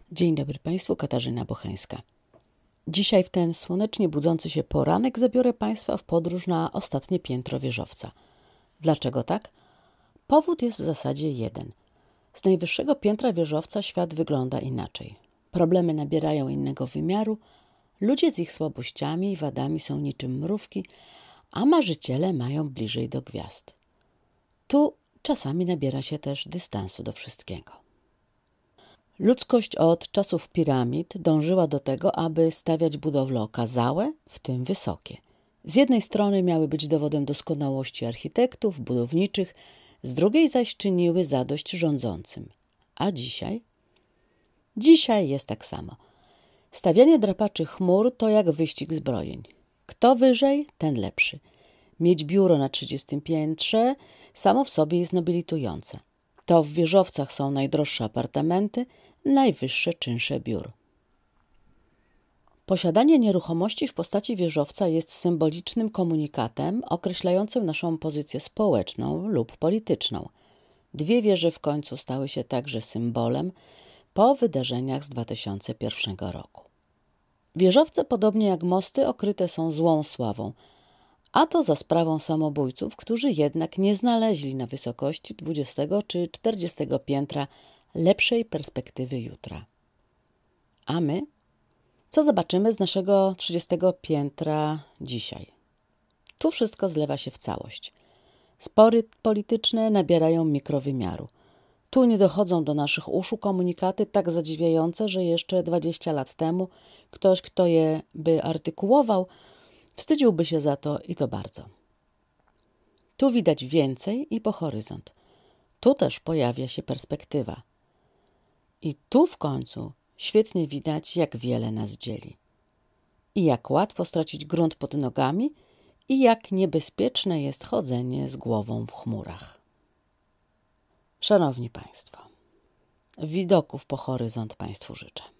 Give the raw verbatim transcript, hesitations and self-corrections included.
Dzień dobry Państwu, Katarzyna Bocheńska. Dzisiaj w ten słonecznie budzący się poranek zabiorę Państwa w podróż na ostatnie piętro wieżowca. Dlaczego tak? Powód jest w zasadzie jeden. Z najwyższego piętra wieżowca świat wygląda inaczej. Problemy nabierają innego wymiaru, ludzie z ich słabościami i wadami są niczym mrówki, a marzyciele mają bliżej do gwiazd. Tu czasami nabiera się też dystansu do wszystkiego. Ludzkość od czasów piramid dążyła do tego, aby stawiać budowle okazałe, w tym wysokie. Z jednej strony miały być dowodem doskonałości architektów, budowniczych, z drugiej zaś czyniły zadość rządzącym. A dzisiaj? Dzisiaj jest tak samo. Stawianie drapaczy chmur to jak wyścig zbrojeń. Kto wyżej, ten lepszy. Mieć biuro na trzydziestym piętrze samo w sobie jest nobilitujące. To w wieżowcach są najdroższe apartamenty, najwyższe czynsze biur. Posiadanie nieruchomości w postaci wieżowca jest symbolicznym komunikatem określającym naszą pozycję społeczną lub polityczną. Dwie wieże w końcu stały się także symbolem po wydarzeniach z dwa tysiące pierwszego roku. Wieżowce, podobnie jak mosty, okryte są złą sławą, a to za sprawą samobójców, którzy jednak nie znaleźli na wysokości dwudziestego czy czterdziestego piętra lepszej perspektywy jutra. A my? Co zobaczymy z naszego trzydziestego piętra dzisiaj? Tu wszystko zlewa się w całość. Spory polityczne nabierają mikrowymiaru. Tu nie dochodzą do naszych uszu komunikaty tak zadziwiające, że jeszcze dwadzieścia lat temu ktoś, kto je by artykułował, wstydziłby się za to i to bardzo. Tu widać więcej i po horyzont. Tu też pojawia się perspektywa. I tu w końcu świetnie widać, jak wiele nas dzieli. I jak łatwo stracić grunt pod nogami i jak niebezpieczne jest chodzenie z głową w chmurach. Szanowni Państwo, widoków po horyzont Państwu życzę.